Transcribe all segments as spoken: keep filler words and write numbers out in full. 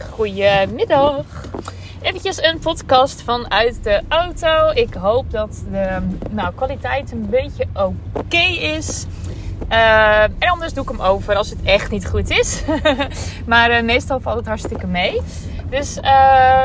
Goedemiddag. Eventjes een podcast vanuit de auto. Ik hoop dat de nou, kwaliteit een beetje oké okay is. Uh, en anders doe ik hem over als het echt niet goed is. maar uh, meestal valt het hartstikke mee. Dus uh,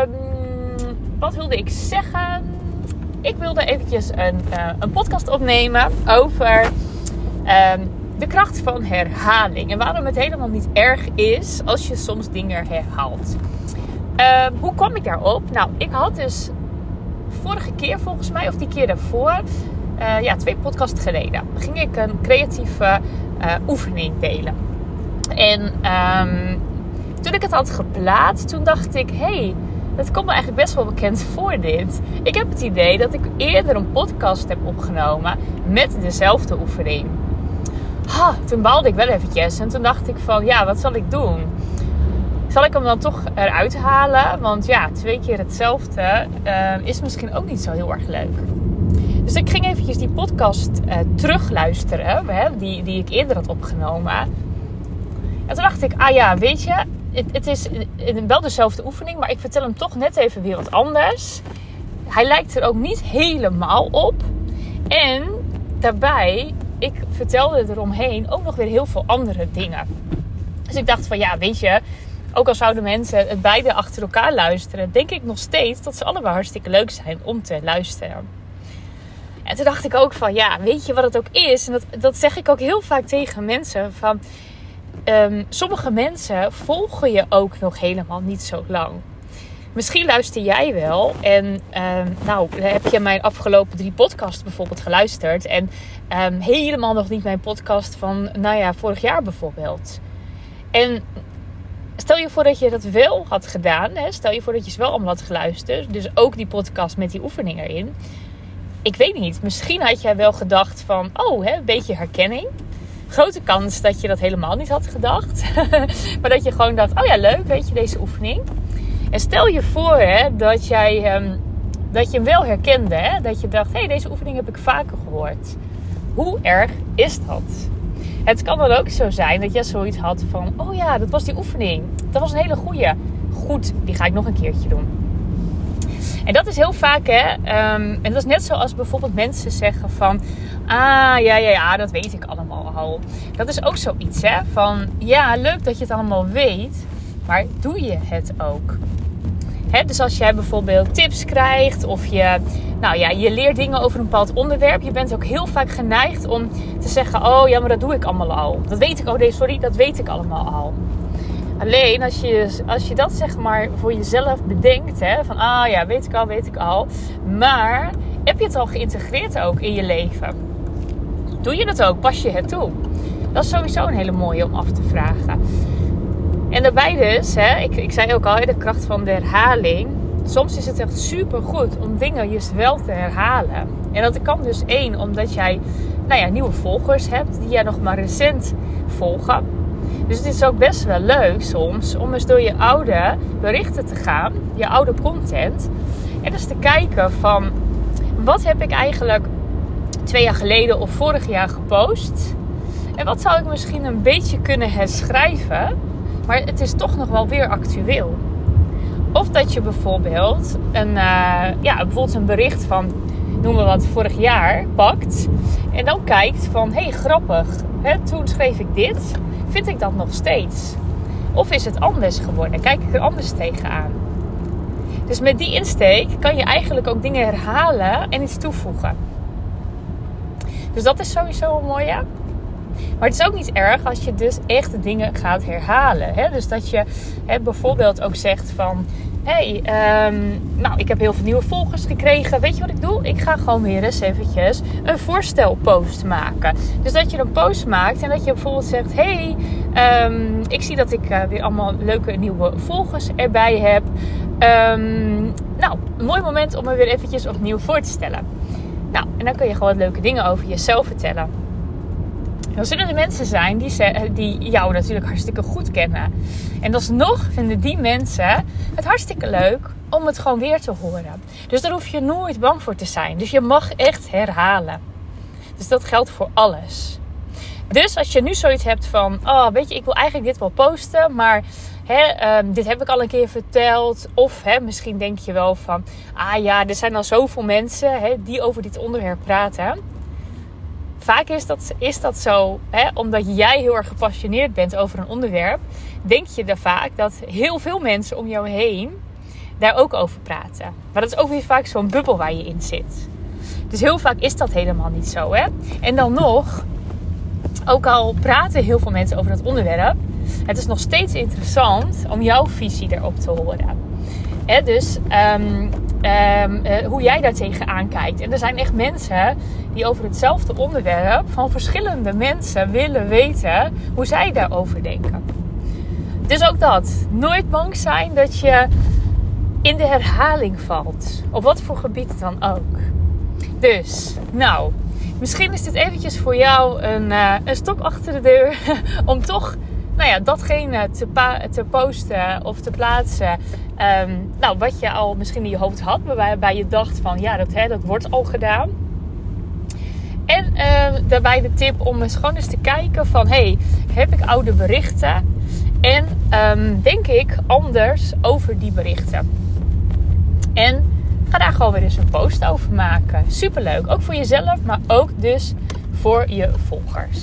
wat wilde ik zeggen? Ik wilde eventjes een, uh, een podcast opnemen over uh, de kracht van herhaling. En waarom het helemaal niet erg is als je soms dingen herhaalt. Uh, hoe kwam ik daarop? Nou, ik had dus vorige keer volgens mij, of die keer daarvoor, uh, ja, twee podcasts geleden, ging ik een creatieve uh, oefening delen. En um, toen ik het had geplaatst, toen dacht ik, hé, hey, dat komt me eigenlijk best wel bekend voor dit. Ik heb het idee dat ik eerder een podcast heb opgenomen met dezelfde oefening. Ha, toen baalde ik wel eventjes en toen dacht ik van, ja, wat zal ik doen? Zal ik hem dan toch eruit halen? Want ja, twee keer hetzelfde uh, is misschien ook niet zo heel erg leuk. Dus ik ging eventjes die podcast uh, terugluisteren, hè, die, die ik eerder had opgenomen. En toen dacht ik, ah ja, weet je, het, het is wel dezelfde oefening, maar ik vertel hem toch net even weer wat anders. Hij lijkt er ook niet helemaal op. En daarbij, ik vertelde eromheen ook nog weer heel veel andere dingen. Dus ik dacht van, ja, weet je, ook al zouden mensen het beide achter elkaar luisteren, denk ik nog steeds dat ze allebei hartstikke leuk zijn om te luisteren. En toen dacht ik ook van, ja, weet je wat het ook is? En dat, dat zeg ik ook heel vaak tegen mensen. Van, um, sommige mensen volgen je ook nog helemaal niet zo lang. Misschien luister jij wel. En um, nou, heb je mijn afgelopen drie podcasts bijvoorbeeld geluisterd. En um, helemaal nog niet mijn podcast van, nou ja, vorig jaar bijvoorbeeld. En stel je voor dat je dat wel had gedaan. Hè? Stel je voor dat je ze wel allemaal had geluisterd. Dus ook die podcast met die oefening erin. Ik weet niet. Misschien had jij wel gedacht van, oh, hè, een beetje herkenning. Grote kans dat je dat helemaal niet had gedacht. maar dat je gewoon dacht, oh ja, leuk, weet je, deze oefening. En stel je voor hè, dat, jij, um, dat je hem wel herkende. Hè? Dat je dacht, hé, hey, deze oefening heb ik vaker gehoord. Hoe erg is dat? Het kan dan ook zo zijn dat je zoiets had van, oh ja, dat was die oefening. Dat was een hele goeie. Goed, die ga ik nog een keertje doen. En dat is heel vaak, hè. Um, en dat is net zoals bijvoorbeeld mensen zeggen van, ah, ja, ja, ja, dat weet ik allemaal al. Dat is ook zoiets, hè. Van, ja, leuk dat je het allemaal weet, maar doe je het ook? Hè, dus als jij bijvoorbeeld tips krijgt of je, nou ja, je leert dingen over een bepaald onderwerp. Je bent ook heel vaak geneigd om te zeggen, oh ja, maar dat doe ik allemaal al. Dat weet ik, oh nee, sorry, dat weet ik allemaal al. Alleen als je, als je dat zeg maar voor jezelf bedenkt, hè, van ah ja, weet ik al, weet ik al. Maar heb je het al geïntegreerd ook in je leven? Doe je het ook? Pas je het toe? Dat is sowieso een hele mooie om af te vragen. En daarbij dus, hè, ik, ik zei ook al, de kracht van de herhaling. Soms is het echt super goed om dingen juist wel te herhalen. En dat kan dus één, omdat jij nou ja, nieuwe volgers hebt die jij nog maar recent volgen. Dus het is ook best wel leuk soms om eens door je oude berichten te gaan, je oude content. En eens te kijken van, wat heb ik eigenlijk twee jaar geleden of vorig jaar gepost? En wat zou ik misschien een beetje kunnen herschrijven, maar het is toch nog wel weer actueel. Of dat je bijvoorbeeld een, uh, ja, bijvoorbeeld een bericht van, noem maar wat, vorig jaar pakt. En dan kijkt van, hé, hey, grappig, hè, toen schreef ik dit. Vind ik dat nog steeds? Of is het anders geworden? Kijk ik er anders tegenaan? Dus met die insteek kan je eigenlijk ook dingen herhalen en iets toevoegen. Dus dat is sowieso een mooie. Maar het is ook niet erg als je dus echt dingen gaat herhalen. Hè? Dus dat je hè, bijvoorbeeld ook zegt van, hé, hey, um, nou, ik heb heel veel nieuwe volgers gekregen. Weet je wat ik doe? Ik ga gewoon weer eens eventjes een voorstelpost maken. Dus dat je een post maakt en dat je bijvoorbeeld zegt, hé, hey, um, ik zie dat ik uh, weer allemaal leuke nieuwe volgers erbij heb. Um, nou, een mooi moment om me weer eventjes opnieuw voor te stellen. Nou, en dan kun je gewoon leuke dingen over jezelf vertellen. Dan zullen er mensen zijn die, ze, die jou natuurlijk hartstikke goed kennen. En alsnog vinden die mensen het hartstikke leuk om het gewoon weer te horen. Dus daar hoef je nooit bang voor te zijn. Dus je mag echt herhalen. Dus dat geldt voor alles. Dus als je nu zoiets hebt van, oh weet je, ik wil eigenlijk dit wel posten, maar Hè, um, dit heb ik al een keer verteld. Of hè, misschien denk je wel van... Ah ja, er zijn al zoveel mensen hè, die over dit onderwerp praten. Vaak is dat, is dat zo. Hè, omdat jij heel erg gepassioneerd bent over een onderwerp. Denk je er vaak dat heel veel mensen om jou heen daar ook over praten. Maar dat is ook weer vaak zo'n bubbel waar je in zit. Dus heel vaak is dat helemaal niet zo. Hè? En dan nog... Ook al praten heel veel mensen over dat onderwerp. Het is nog steeds interessant om jouw visie erop te horen. He, dus um, um, uh, hoe jij daar tegenaan kijkt. En er zijn echt mensen die over hetzelfde onderwerp van verschillende mensen willen weten hoe zij daarover denken. Dus ook dat. Nooit bang zijn dat je in de herhaling valt. Op wat voor gebied dan ook. Dus, nou... Misschien is dit eventjes voor jou een, uh, een stok achter de deur. Om toch nou ja, datgene te, pa- te posten of te plaatsen. Um, nou, wat je al misschien in je hoofd had. Waarbij je dacht van ja, dat, hè, dat wordt al gedaan. En uh, daarbij de tip om eens gewoon eens te kijken van... Hey, heb ik oude berichten? En um, denk ik anders over die berichten? En... Ga daar gewoon weer eens een post over maken. Superleuk. Ook voor jezelf, maar ook dus voor je volgers.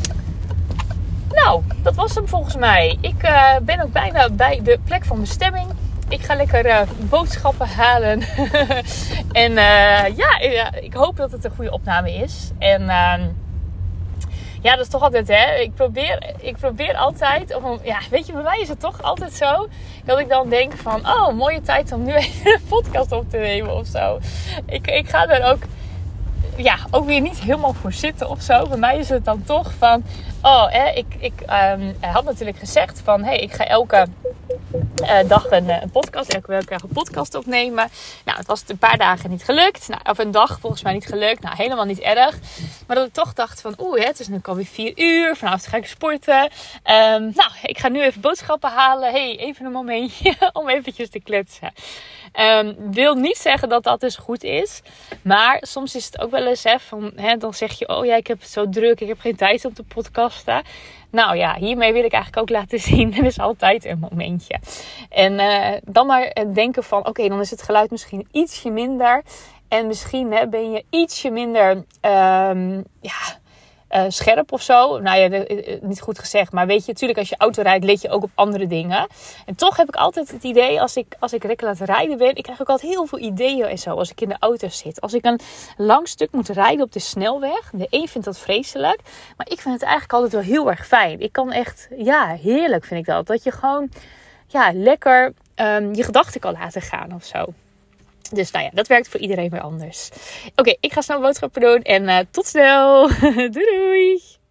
Nou, dat was hem volgens mij. Ik uh, ben ook bijna bij de plek van bestemming. Ik ga lekker uh, boodschappen halen. en uh, ja, ik hoop dat het een goede opname is. En... Uh, Ja, dat is toch altijd, hè. Ik probeer, ik probeer altijd... Of, ja, weet je, bij mij is het toch altijd zo... Dat ik dan denk van... Oh, mooie tijd om nu even een podcast op te nemen of zo. Ik, ik ga er ook... Ja, ook weer niet helemaal voor zitten of zo. Bij mij is het dan toch van... Oh, hè, ik, ik um, had natuurlijk gezegd van... Hé, hey, ik ga elke... Uh, dag een, een podcast, elke week een podcast opnemen. Nou, het was een paar dagen niet gelukt. Nou, of een dag volgens mij niet gelukt. Nou, helemaal niet erg. Maar dat ik toch dacht van, oeh, het is nu alweer vier uur. Vanavond ga ik sporten. Um, nou, ik ga nu even boodschappen halen. Hey, even een momentje om eventjes te kletsen. Um, wil niet zeggen dat dat dus goed is. Maar soms is het ook wel eens, hè, van, hè, dan zeg je, oh ja, ik heb het zo druk. Ik heb geen tijd om te podcasten. Nou ja, hiermee wil ik eigenlijk ook laten zien, er is altijd een momentje. En uh, dan maar denken van, oké, okay, dan is het geluid misschien ietsje minder. En misschien hè, ben je ietsje minder um, ja, uh, scherp of zo. Nou ja, de, de, niet goed gezegd. Maar weet je, natuurlijk als je auto rijdt, let je ook op andere dingen. En toch heb ik altijd het idee, als ik, als ik lekker aan het rijden ben... Ik krijg ook altijd heel veel ideeën en zo, als ik in de auto zit. Als ik een lang stuk moet rijden op de snelweg. De een vindt dat vreselijk. Maar ik vind het eigenlijk altijd wel heel erg fijn. Ik kan echt, ja, heerlijk vind ik dat. Dat je gewoon, ja, lekker um, je gedachten kan laten gaan of zo. Dus nou ja, dat werkt voor iedereen weer anders. Oké, okay, ik ga snel boodschappen doen en uh, tot snel. Doei doei!